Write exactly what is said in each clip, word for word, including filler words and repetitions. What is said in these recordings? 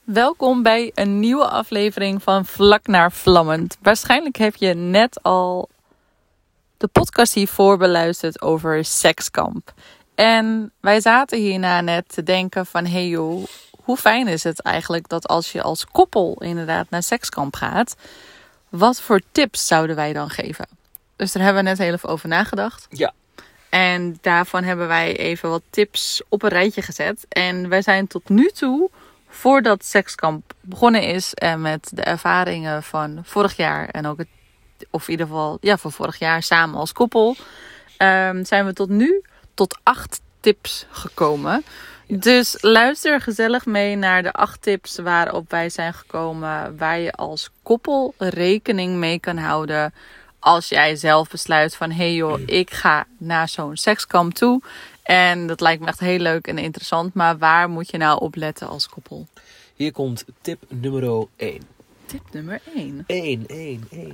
Welkom bij een nieuwe aflevering van Vlak naar Vlammend. Waarschijnlijk heb je net al de podcast hiervoor beluisterd over sekskamp. En wij zaten hierna net te denken van, hey joh, hoe fijn is het eigenlijk dat als je als koppel inderdaad naar sekskamp gaat, wat voor tips zouden wij dan geven? Dus daar hebben we net heel even over nagedacht. Ja. En daarvan hebben wij even wat tips op een rijtje gezet. En wij zijn tot nu toe, voordat sekskamp begonnen is en met de ervaringen van vorig jaar en ook het, of in ieder geval ja, van vorig jaar samen als koppel, um, zijn we tot nu tot acht tips gekomen. Ja. Dus luister gezellig mee naar de acht tips waarop wij zijn gekomen, waar je als koppel rekening mee kan houden als jij zelf besluit van, hey joh, ik ga naar zo'n sekskamp toe. En dat lijkt me echt heel leuk en interessant. Maar waar moet je nou op letten als koppel? Hier komt tip nummer één. Tip nummer één. één, één, één.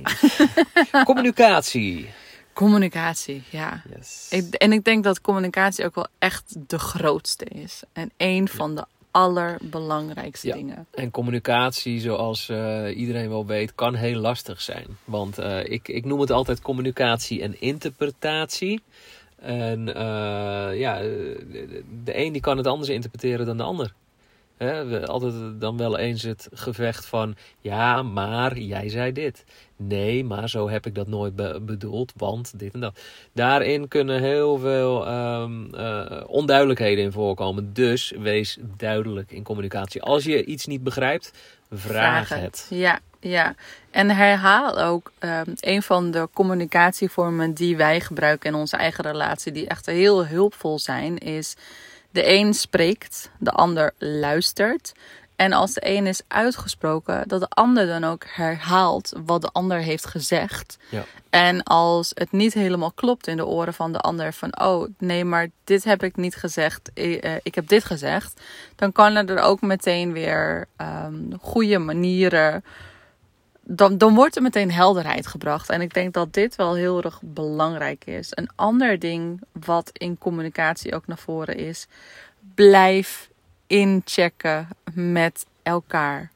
Communicatie. Communicatie, ja. Yes. Ik, en ik denk dat communicatie ook wel echt de grootste is. En één van de allerbelangrijkste ja. dingen. En communicatie, zoals uh, iedereen wel weet, kan heel lastig zijn. Want uh, ik, ik noem het altijd communicatie en interpretatie. En uh, ja, de, de een die kan het anders interpreteren dan de ander. He, we altijd dan wel eens het gevecht van, ja, maar jij zei dit. Nee, maar zo heb ik dat nooit be- bedoeld, want dit en dat. Daarin kunnen heel veel um, uh, onduidelijkheden in voorkomen. Dus wees duidelijk in communicatie. Als je iets niet begrijpt, vraag, vraag het. het. Ja, ja. En herhaal ook um, een van de communicatievormen die wij gebruiken in onze eigen relatie, die echt heel hulpvol zijn, is de een spreekt, de ander luistert. En als de een is uitgesproken, dat de ander dan ook herhaalt wat de ander heeft gezegd. Ja. En als het niet helemaal klopt in de oren van de ander van, oh nee, maar dit heb ik niet gezegd, ik heb dit gezegd, dan kan er ook meteen weer um, goede manieren, dan, dan wordt er meteen helderheid gebracht. En ik denk dat dit wel heel erg belangrijk is. Een ander ding wat in communicatie ook naar voren is, blijf inchecken met elkaar.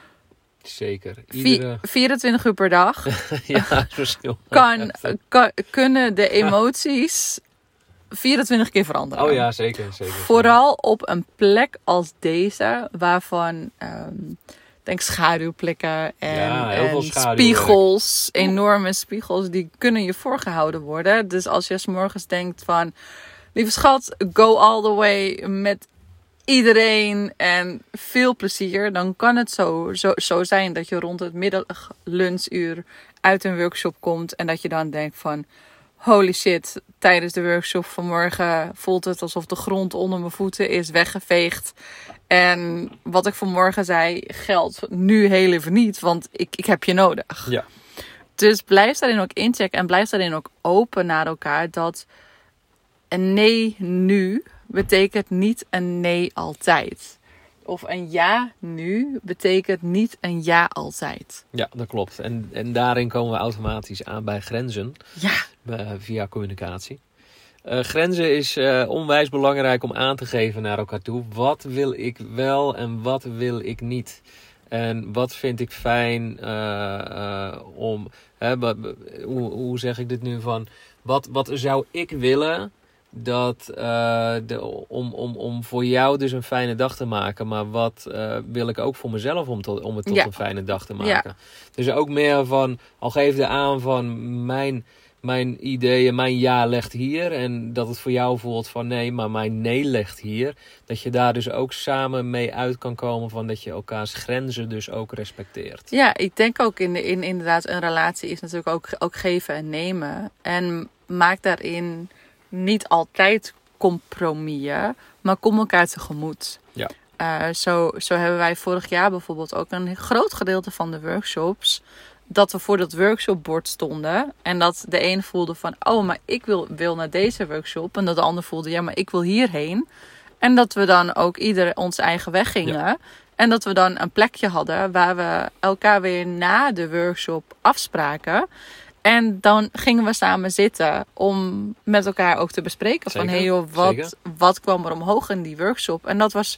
Zeker. Iedere... vierentwintig uur per dag ja, verschil. Kan, kan, kunnen de emoties vierentwintig keer veranderen. Oh ja, zeker. zeker Vooral op een plek als deze, waarvan um, denk schaduwplekken en, ja, heel veel en schaduw spiegels, enorme spiegels, die kunnen je voorgehouden worden. Dus als je 's morgens denkt van, lieve schat, go all the way met iedereen en veel plezier, dan kan het zo, zo, zo zijn dat je rond het middag lunchuur uit een workshop komt en dat je dan denkt van, holy shit, tijdens de workshop vanmorgen voelt het alsof de grond onder mijn voeten is weggeveegd. En wat ik vanmorgen zei geldt nu heel even niet, want ik, ik heb je nodig. Ja. Dus blijf daarin ook inchecken en blijf daarin ook open naar elkaar, dat een nee nu betekent niet een nee altijd. Of een ja nu betekent niet een ja altijd. Ja, dat klopt. En, en daarin komen we automatisch aan bij grenzen. Ja. Uh, via communicatie. Uh, grenzen is uh, onwijs belangrijk om aan te geven naar elkaar toe. Wat wil ik wel en wat wil ik niet? En wat vind ik fijn uh, uh, om... Hè, b- b- hoe, hoe zeg ik dit nu van... Wat, wat zou ik willen... Dat, uh, de, om, om, om voor jou dus een fijne dag te maken. Maar wat uh, wil ik ook voor mezelf om, tot, om het tot ja. een fijne dag te maken. Ja. Dus ook meer van, al geef je aan van mijn, mijn ideeën, mijn ja legt hier. En dat het voor jou voelt van nee, maar mijn nee legt hier. Dat je daar dus ook samen mee uit kan komen van dat je elkaars grenzen dus ook respecteert. Ja, ik denk ook in, in inderdaad een relatie is natuurlijk ook, ook geven en nemen. En maak daarin niet altijd compromissen, maar kom elkaar tegemoet. Ja. Uh, zo, zo hebben wij vorig jaar bijvoorbeeld ook een groot gedeelte van de workshops, dat we voor dat workshopbord stonden. En dat de een voelde van, oh, maar ik wil, wil naar deze workshop. En dat de ander voelde, ja, maar ik wil hierheen. En dat we dan ook ieder onze eigen weg gingen. Ja. En dat we dan een plekje hadden waar we elkaar weer na de workshop afspraken. En dan gingen we samen zitten om met elkaar ook te bespreken. Zeker, van, hé hey joh, wat, wat kwam er omhoog in die workshop? En dat was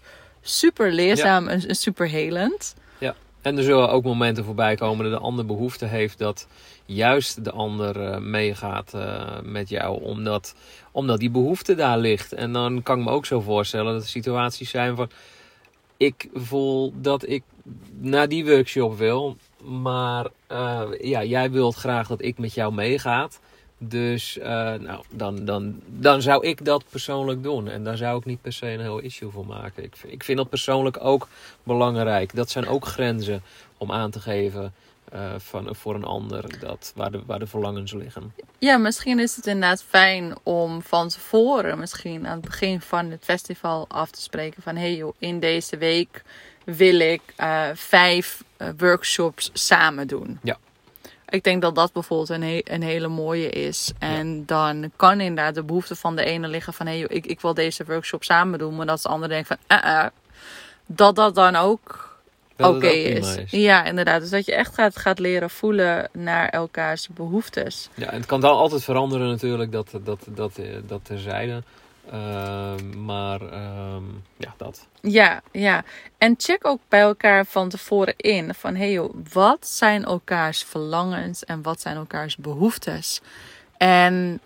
super leerzaam ja. en, en super helend. Ja, en er zullen ook momenten voorbij komen dat de ander behoefte heeft dat juist de ander uh, meegaat uh, met jou. Omdat, omdat die behoefte daar ligt. En dan kan ik me ook zo voorstellen dat er situaties zijn van... Ik voel dat ik naar die workshop wil. Maar uh, ja, jij wilt graag dat ik met jou meegaat. Dus uh, nou, dan, dan, dan zou ik dat persoonlijk doen. En daar zou ik niet per se een heel issue voor maken. Ik, ik vind dat persoonlijk ook belangrijk. Dat zijn ook grenzen om aan te geven uh, van, voor een ander. Dat, waar, de, waar de verlangens liggen. Ja, misschien is het inderdaad fijn om van tevoren, misschien aan het begin van het festival af te spreken. Van hé hey joh, in deze week wil ik uh, vijf uh, workshops samen doen. Ja. Ik denk dat dat bijvoorbeeld een, he- een hele mooie is. En ja. dan kan inderdaad de behoefte van de ene liggen van... hé, hey, ik, ik wil deze workshop samen doen. Maar dat de andere denkt van... Uh, uh, dat dat dan ook oké okay is. is. Ja, inderdaad. Dus dat je echt gaat, gaat leren voelen naar elkaars behoeftes. Ja, en het kan dan altijd veranderen natuurlijk. Dat, dat, dat, dat terzijde. Uh, maar uh, ja, dat. Ja, ja. En check ook bij elkaar van tevoren in. Van hé hey joh, wat zijn elkaars verlangens en wat zijn elkaars behoeftes? En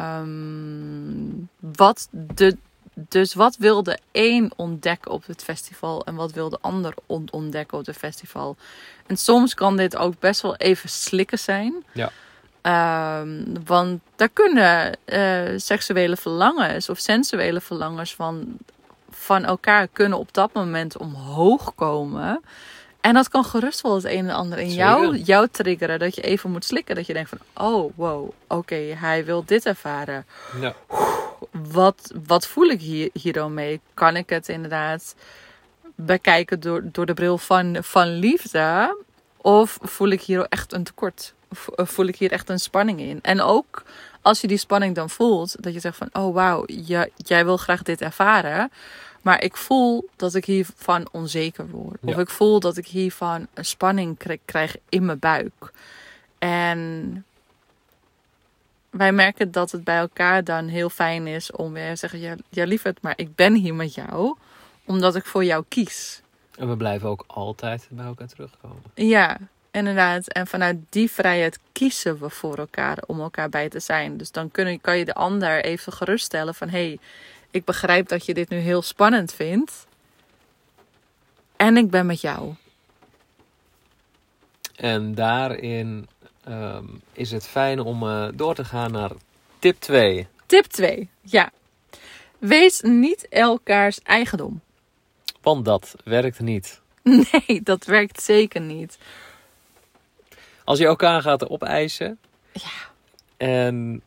um, wat de, dus wat wil de een ontdekken op het festival en wat wil de ander on- ontdekken op het festival? En soms kan dit ook best wel even slikken zijn. Ja. Um, want daar kunnen uh, seksuele verlangens of sensuele verlangens van, van elkaar kunnen op dat moment omhoog komen. En dat kan gerust wel het een en ander in jou, jou triggeren. Dat je even moet slikken. Dat je denkt van, oh wow, oké, okay, hij wil dit ervaren. Ja. Wat, wat voel ik hier, hier dan mee? Kan ik het inderdaad bekijken door, door de bril van, van liefde? Of voel ik hier echt een tekort? Voel ik hier echt een spanning in? En ook als je die spanning dan voelt, dat je zegt van, oh wauw, j- jij wil graag dit ervaren, maar ik voel dat ik hiervan onzeker word. Ja. Of ik voel dat ik hiervan een spanning k- krijg in mijn buik. En wij merken dat het bij elkaar dan heel fijn is om weer te zeggen, ja, ja lieverd, maar ik ben hier met jou, omdat ik voor jou kies. En we blijven ook altijd bij elkaar terugkomen. Ja, inderdaad. En vanuit die vrijheid kiezen we voor elkaar om elkaar bij te zijn. Dus dan kun, kan je de ander even geruststellen van... hé, hey, ik begrijp dat je dit nu heel spannend vindt. En ik ben met jou. En daarin um, is het fijn om uh, door te gaan naar tip twee. Tip twee, ja. Wees niet elkaars eigendom. Want dat werkt niet. Nee, dat werkt zeker niet. Als je elkaar gaat opeisen. Ja. En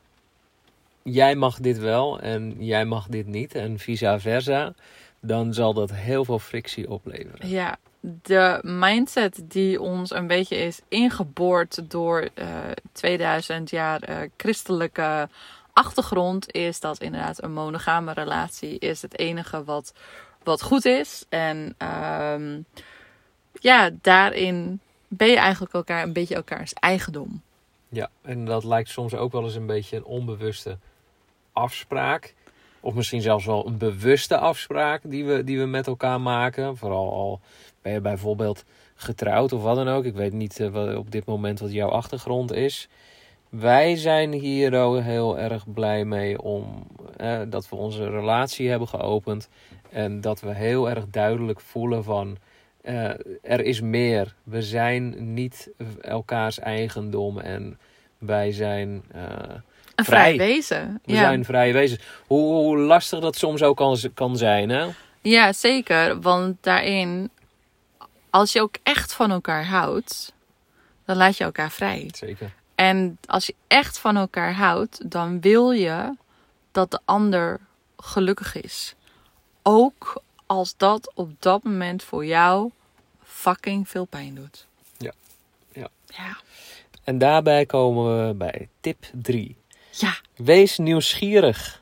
jij mag dit wel en jij mag dit niet. En vice versa. Dan zal dat heel veel frictie opleveren. Ja, de mindset die ons een beetje is ingeboord door uh, tweeduizend jaar uh, christelijke achtergrond. Is dat inderdaad een monogame relatie is het enige wat, wat goed is. En um, ja, daarin ben je eigenlijk elkaar een beetje elkaars eigendom. Ja, en dat lijkt soms ook wel eens een beetje een onbewuste afspraak. Of misschien zelfs wel een bewuste afspraak die we, die we met elkaar maken. Vooral al ben je bijvoorbeeld getrouwd of wat dan ook. Ik weet niet uh, wat, op dit moment wat jouw achtergrond is. Wij zijn hier ook heel erg blij mee om eh, dat we onze relatie hebben geopend. En dat we heel erg duidelijk voelen van... Uh, er is meer. We zijn niet elkaars eigendom en wij zijn uh, een vrij. vrij wezen. We ja. zijn vrije wezens. Hoe, hoe lastig dat soms ook kan, kan zijn, hè? Ja, zeker. Want daarin, als je ook echt van elkaar houdt, dan laat je elkaar vrij. Zeker. En als je echt van elkaar houdt, dan wil je dat de ander gelukkig is. Ook als dat op dat moment voor jou fucking veel pijn doet. Ja. Ja. Ja. En daarbij komen we bij tip drie. Ja. Wees nieuwsgierig.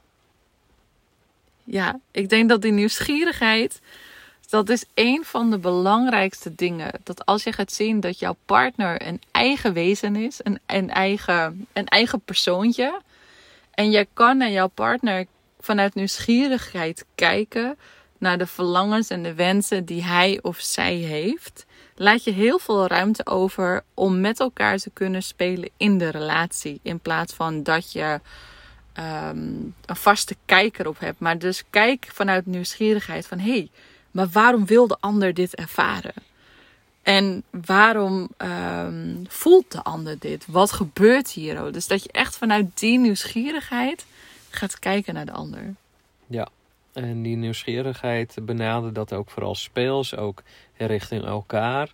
Ja, ik denk dat die nieuwsgierigheid, dat is een van de belangrijkste dingen. Dat als je gaat zien dat jouw partner een eigen wezen is, een, een, eigen, een eigen persoontje. En je kan naar jouw partner vanuit nieuwsgierigheid kijken, naar de verlangens en de wensen die hij of zij heeft, laat je heel veel ruimte over om met elkaar te kunnen spelen in de relatie. In plaats van dat je um, een vaste kijker op hebt. Maar dus kijk vanuit nieuwsgierigheid van, hé, hey, maar waarom wil de ander dit ervaren? En waarom um, voelt de ander dit? Wat gebeurt hier ook? Dus dat je echt vanuit die nieuwsgierigheid gaat kijken naar de ander. Ja, en die nieuwsgierigheid benader dat ook vooral speels, ook richting elkaar.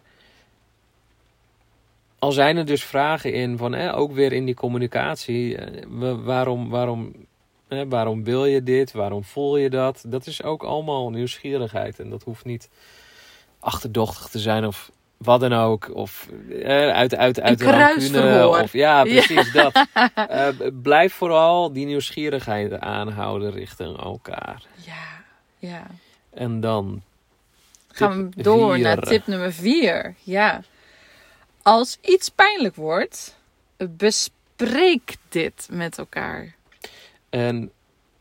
Al zijn er dus vragen in, van, eh, ook weer in die communicatie. Eh, waarom, waarom, eh, waarom wil je dit? Waarom voel je dat? Dat is ook allemaal nieuwsgierigheid. En dat hoeft niet achterdochtig te zijn of wat dan ook. Of eh, uit, uit, uit de rancune. Of, ja, precies ja. dat. Uh, blijf vooral die nieuwsgierigheid aanhouden richting elkaar. Ja, ja. En dan gaan we door vier. Naar tip nummer vier. Ja. Als iets pijnlijk wordt, bespreek dit met elkaar. En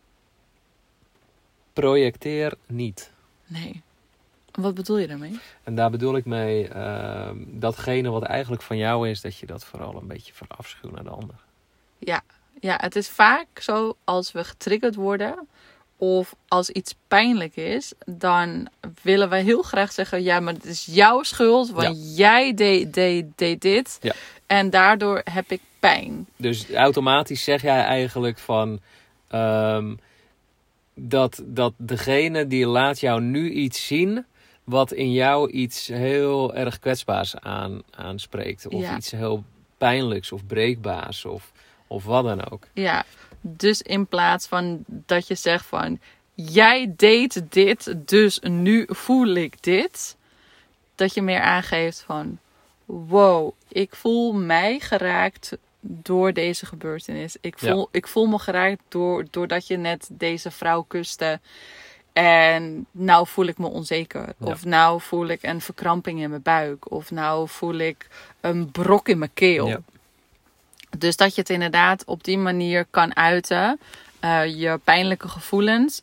projecteer niet. Nee. Wat bedoel je daarmee? En daar bedoel ik mee, uh, datgene wat eigenlijk van jou is, dat je dat vooral een beetje verafschuwt naar de ander. Ja, ja, het is vaak zo als we getriggerd worden of als iets pijnlijk is, dan willen we heel graag zeggen, ja, maar het is jouw schuld, want ja. jij deed, deed, deed dit ja. en daardoor heb ik pijn. Dus automatisch zeg jij eigenlijk van, um, dat, dat degene die laat jou nu iets zien wat in jou iets heel erg kwetsbaars aan, aanspreekt. Of ja. iets heel pijnlijks of breekbaars of, of wat dan ook. Ja, dus in plaats van dat je zegt van, jij deed dit, dus nu voel ik dit. Dat je meer aangeeft van, wow, ik voel mij geraakt door deze gebeurtenis. Ik voel, ja. ik voel me geraakt door, doordat je net deze vrouw kuste. En nou voel ik me onzeker. Ja. Of nou voel ik een verkramping in mijn buik. Of nou voel ik een brok in mijn keel. Ja. Dus dat je het inderdaad op die manier kan uiten. Uh, je pijnlijke gevoelens.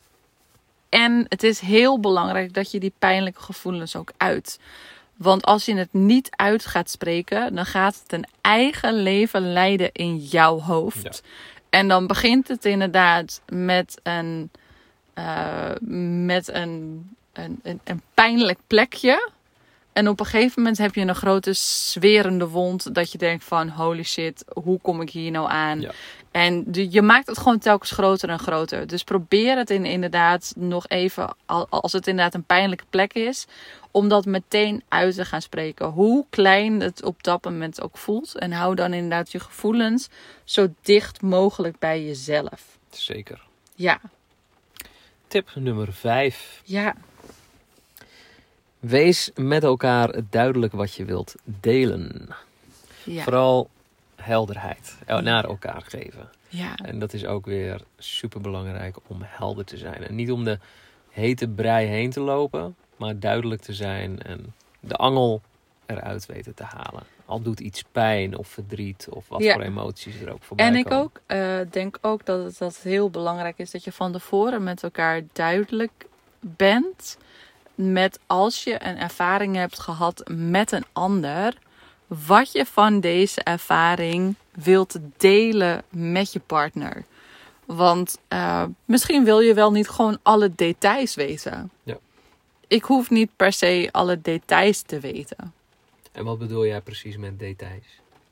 En het is heel belangrijk dat je die pijnlijke gevoelens ook uit. Want als je het niet uit gaat spreken, dan gaat het een eigen leven leiden in jouw hoofd. Ja. En dan begint het inderdaad met een, uh, met een, een, een, een pijnlijk plekje. En op een gegeven moment heb je een grote zwerende wond. Dat je denkt van, holy shit, hoe kom ik hier nou aan? Ja. En de, je maakt het gewoon telkens groter en groter. Dus probeer het in, inderdaad nog even, als het inderdaad een pijnlijke plek is, om dat meteen uit te gaan spreken. Hoe klein het op dat moment ook voelt. En hou dan inderdaad je gevoelens zo dicht mogelijk bij jezelf. Zeker. Ja. Tip nummer vijf. Ja. Wees met elkaar duidelijk wat je wilt delen. Ja. Vooral helderheid naar elkaar geven. Ja. En dat is ook weer super belangrijk om helder te zijn. En niet om de hete brei heen te lopen, maar duidelijk te zijn en de angel eruit weten te halen. Al doet iets pijn of verdriet of wat ja. voor emoties er ook voorbij komen. En komen. ik ook, uh, denk ook dat het dat heel belangrijk is dat je van tevoren met elkaar duidelijk bent. Met als je een ervaring hebt gehad met een ander, wat je van deze ervaring wilt delen met je partner. Want uh, misschien wil je wel niet gewoon alle details weten. Ja. Ik hoef niet per se alle details te weten. En wat bedoel jij precies met details?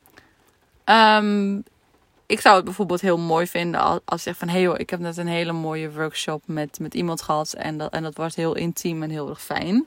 Um, ik zou het bijvoorbeeld heel mooi vinden als, als je zegt van, hé hey joh, ik heb net een hele mooie workshop met, met iemand gehad. En dat, en dat was heel intiem en heel erg fijn.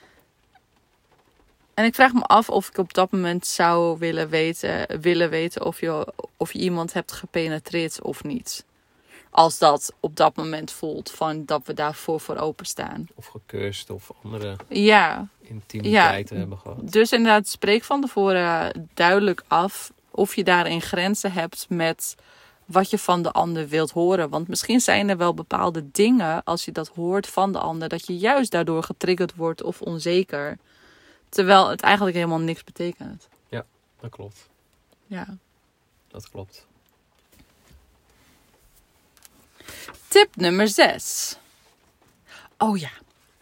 En ik vraag me af of ik op dat moment zou willen weten, willen weten of, je, of je iemand hebt gepenetreerd of niet. Als dat op dat moment voelt van dat we daarvoor voor openstaan. Of gekust of andere ja. intimiteiten ja. hebben gehad. Dus inderdaad, spreek van tevoren duidelijk af of je daarin grenzen hebt met wat je van de ander wilt horen. Want misschien zijn er wel bepaalde dingen, als je dat hoort van de ander, dat je juist daardoor getriggerd wordt of onzeker. Terwijl het eigenlijk helemaal niks betekent. Ja, dat klopt. Ja. Dat klopt. Tip nummer zes. Oh ja.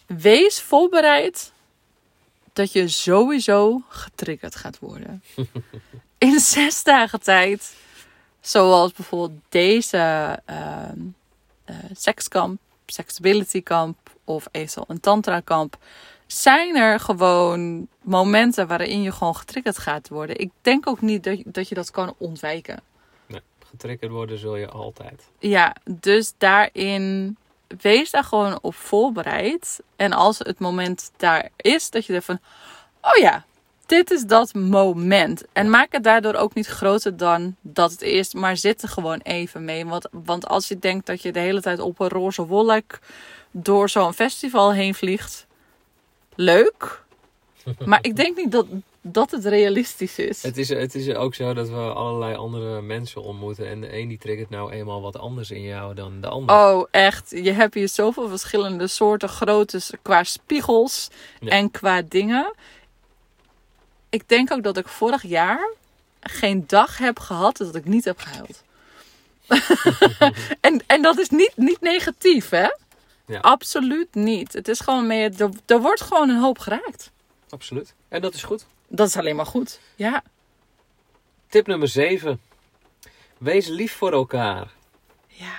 wees voorbereid dat je sowieso getriggerd gaat worden. In zes dagen tijd, zoals bijvoorbeeld deze uh, uh, sekskamp, sexability kamp of eventueel een tantra kamp, zijn er gewoon momenten waarin je gewoon getriggerd gaat worden. Ik denk ook niet dat je dat, je dat kan ontwijken. Nee, getriggerd worden zul je altijd. Ja, dus daarin wees daar gewoon op voorbereid. En als het moment daar is, dat je er van, oh ja, dit is dat moment. En maak het daardoor ook niet groter dan dat het is. Maar zit er gewoon even mee. Want, want als je denkt dat je de hele tijd op een roze wolk door zo'n festival heen vliegt. Leuk. Maar ik denk niet dat, dat het realistisch is. Het is. Het is ook zo dat we allerlei andere mensen ontmoeten. En de een die triggert nou eenmaal wat anders in jou dan de ander. Oh, echt. Je hebt hier zoveel verschillende soorten groottes qua spiegels Ja. en qua dingen. Ik denk ook dat ik vorig jaar geen dag heb gehad dat ik niet heb gehuild. en, en dat is niet, niet negatief, hè? Ja. Absoluut niet. Het is gewoon meer, er, er wordt gewoon een hoop geraakt. Absoluut. En dat is goed. Dat is alleen maar goed. Ja. Tip nummer zeven. Wees lief voor elkaar. Ja.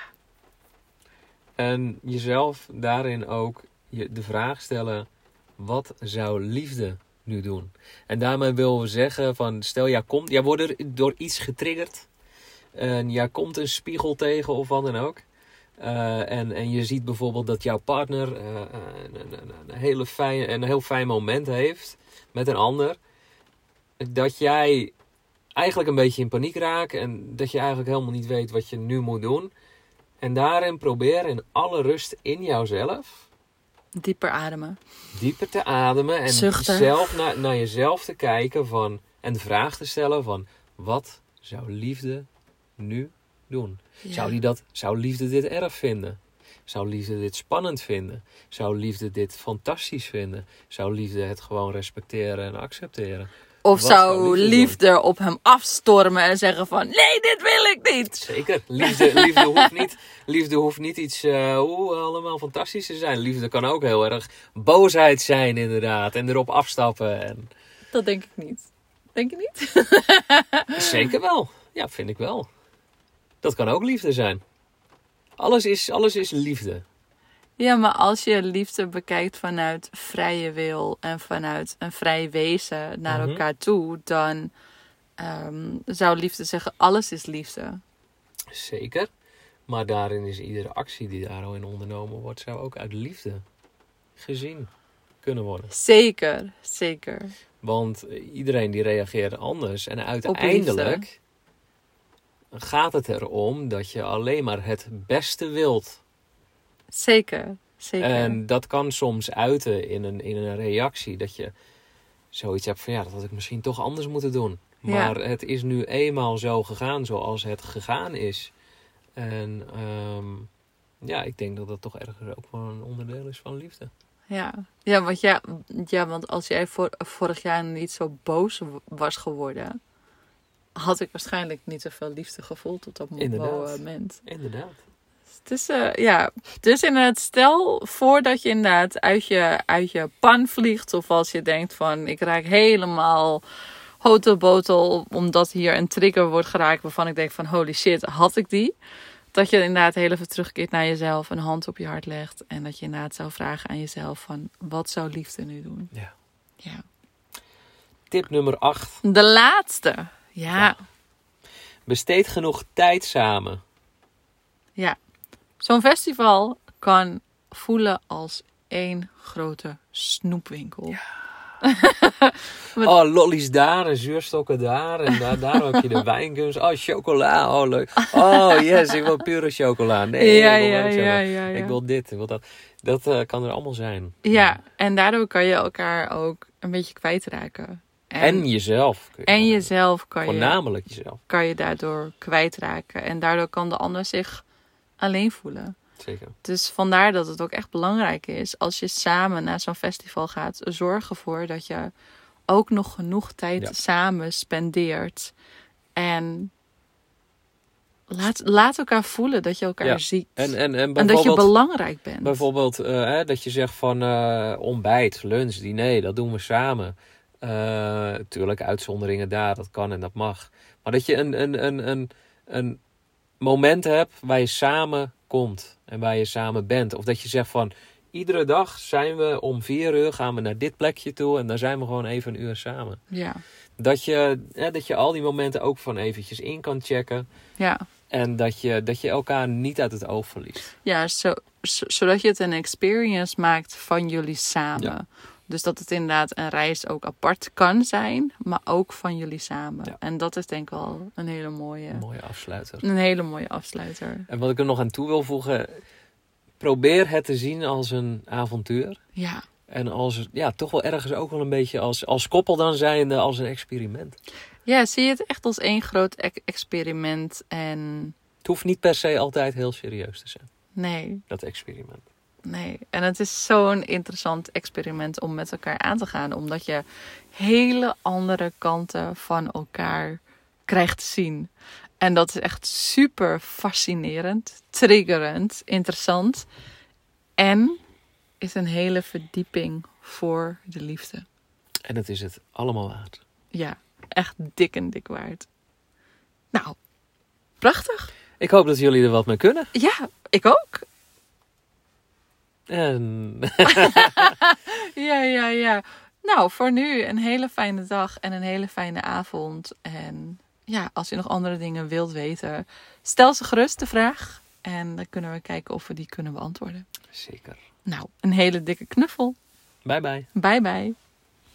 En jezelf daarin ook je de vraag stellen. Wat zou liefde nu doen? En daarmee willen we zeggen van, stel jij komt, jij wordt er door iets getriggerd. En jij komt een spiegel tegen of wat dan ook. Uh, en, en je ziet bijvoorbeeld dat jouw partner uh, een, een, een, hele fijn, een heel fijn moment heeft met een ander. Dat jij eigenlijk een beetje in paniek raakt. En dat je eigenlijk helemaal niet weet wat je nu moet doen. En daarin probeer in alle rust in jouzelf. Dieper ademen. Dieper te ademen. En zelf naar, naar jezelf te kijken van, en de vraag te stellen van, wat zou liefde nu doen? Ja. Zou, die dat, zou liefde dit erg vinden? Zou liefde dit spannend vinden? Zou liefde dit fantastisch vinden? Zou liefde het gewoon respecteren en accepteren? Of Wat zou liefde, liefde op hem afstormen en zeggen van, nee, dit wil ik niet. Zeker. Liefde, liefde, hoeft, niet, liefde hoeft niet iets uh, oe, allemaal fantastisch te zijn. Liefde kan ook heel erg boosheid zijn inderdaad. En erop afstappen. En... Dat denk ik niet. Denk je niet? Zeker wel. Ja, vind ik wel. Dat kan ook liefde zijn. Alles is, alles is liefde. Ja, maar als je liefde bekijkt vanuit vrije wil en vanuit een vrij wezen naar mm-hmm. elkaar toe, dan um, zou liefde zeggen, alles is liefde. Zeker. Maar daarin is iedere actie die daarin ondernomen wordt, zou ook uit liefde gezien kunnen worden. Zeker, zeker. Want iedereen die reageert anders en uiteindelijk gaat het erom dat je alleen maar het beste wilt. Zeker, zeker. En dat kan soms uiten in een, in een reactie. Dat je zoiets hebt van, ja, dat had ik misschien toch anders moeten doen. Maar ja. Het is nu eenmaal zo gegaan zoals het gegaan is. En um, ja, ik denk dat dat toch ergens ook wel een onderdeel is van liefde. Ja, ja, want, ja, ja, want als jij voor, vorig jaar niet zo boos was geworden, had ik waarschijnlijk niet zoveel liefde gevoeld tot dat inderdaad. moment. Inderdaad. Dus, uh, ja. dus inderdaad, stel voordat je inderdaad uit je, uit je pan vliegt. Of als je denkt van, ik raak helemaal hotelbotel omdat hier een trigger wordt geraakt waarvan ik denk van, holy shit, had ik die? Dat je inderdaad heel even terugkeert naar jezelf, een hand op je hart legt. En dat je inderdaad zou vragen aan jezelf van, wat zou liefde nu doen? Ja. Ja. Tip nummer acht. De laatste. Ja. ja. Besteed genoeg tijd samen. Ja. Zo'n festival kan voelen als één grote snoepwinkel. Ja. Oh, lollies daar en zuurstokken daar. En daar, daar heb je de wijnkunst. Oh, chocola. Oh, leuk. Oh, yes, ik wil pure chocola. Nee, ja, ik, wil ja, ja, ja, ja. ik wil dit, ik wil dat. Dat uh, kan er allemaal zijn. Ja, en daardoor kan je elkaar ook een beetje kwijtraken. En, en jezelf. Kun je en jezelf kan Voornamelijk je, jezelf. Kan je daardoor kwijtraken. En daardoor kan de ander zich alleen voelen. Zeker. Dus vandaar dat het ook echt belangrijk is. Als je samen naar zo'n festival gaat, zorg ervoor dat je ook nog genoeg tijd ja. samen spendeert. En Laat, laat elkaar voelen dat je elkaar Ja. ziet. En, en, en, En dat je belangrijk bent. Bijvoorbeeld uh, hè, dat je zegt van uh, ontbijt, lunch, diner, dat doen we samen. Uh, tuurlijk, uitzonderingen daar, dat kan en dat mag. Maar dat je een, een, een, een, een moment hebt waar je samen komt en waar je samen bent. Of dat je zegt van, iedere dag zijn we om vier uur, gaan we naar dit plekje toe en dan zijn we gewoon even een uur samen. Ja. Dat je, hè, dat je al die momenten ook van eventjes in kan checken. Ja. En dat je, dat je elkaar niet uit het oog verliest. Ja, zo, zo, zodat je het een experience maakt van jullie samen. Ja. Dus dat het inderdaad een reis ook apart kan zijn, maar ook van jullie samen. Ja. En dat is denk ik wel een hele mooie... Een mooie afsluiter. Een hele mooie afsluiter. En wat ik er nog aan toe wil voegen, probeer het te zien als een avontuur. Ja. En als, ja, toch wel ergens ook wel een beetje als, als koppel dan zijnde, als een experiment. Ja, zie je het echt als één groot e- experiment en... Het hoeft niet per se altijd heel serieus te zijn. Nee. Dat experiment. Nee, en het is zo'n interessant experiment om met elkaar aan te gaan. Omdat je hele andere kanten van elkaar krijgt te zien. En dat is echt super fascinerend, triggerend, interessant. En is een hele verdieping voor de liefde. En het is het allemaal waard. Ja, echt dik en dik waard. Nou, prachtig. Ik hoop dat jullie er wat mee kunnen. Ja, ik ook. En... ja, ja, ja. Nou, voor nu een hele fijne dag en een hele fijne avond. En ja, als je nog andere dingen wilt weten, stel ze gerust de vraag. En dan kunnen we kijken of we die kunnen beantwoorden. Zeker. Nou, een hele dikke knuffel. Bye bye. Bye bye.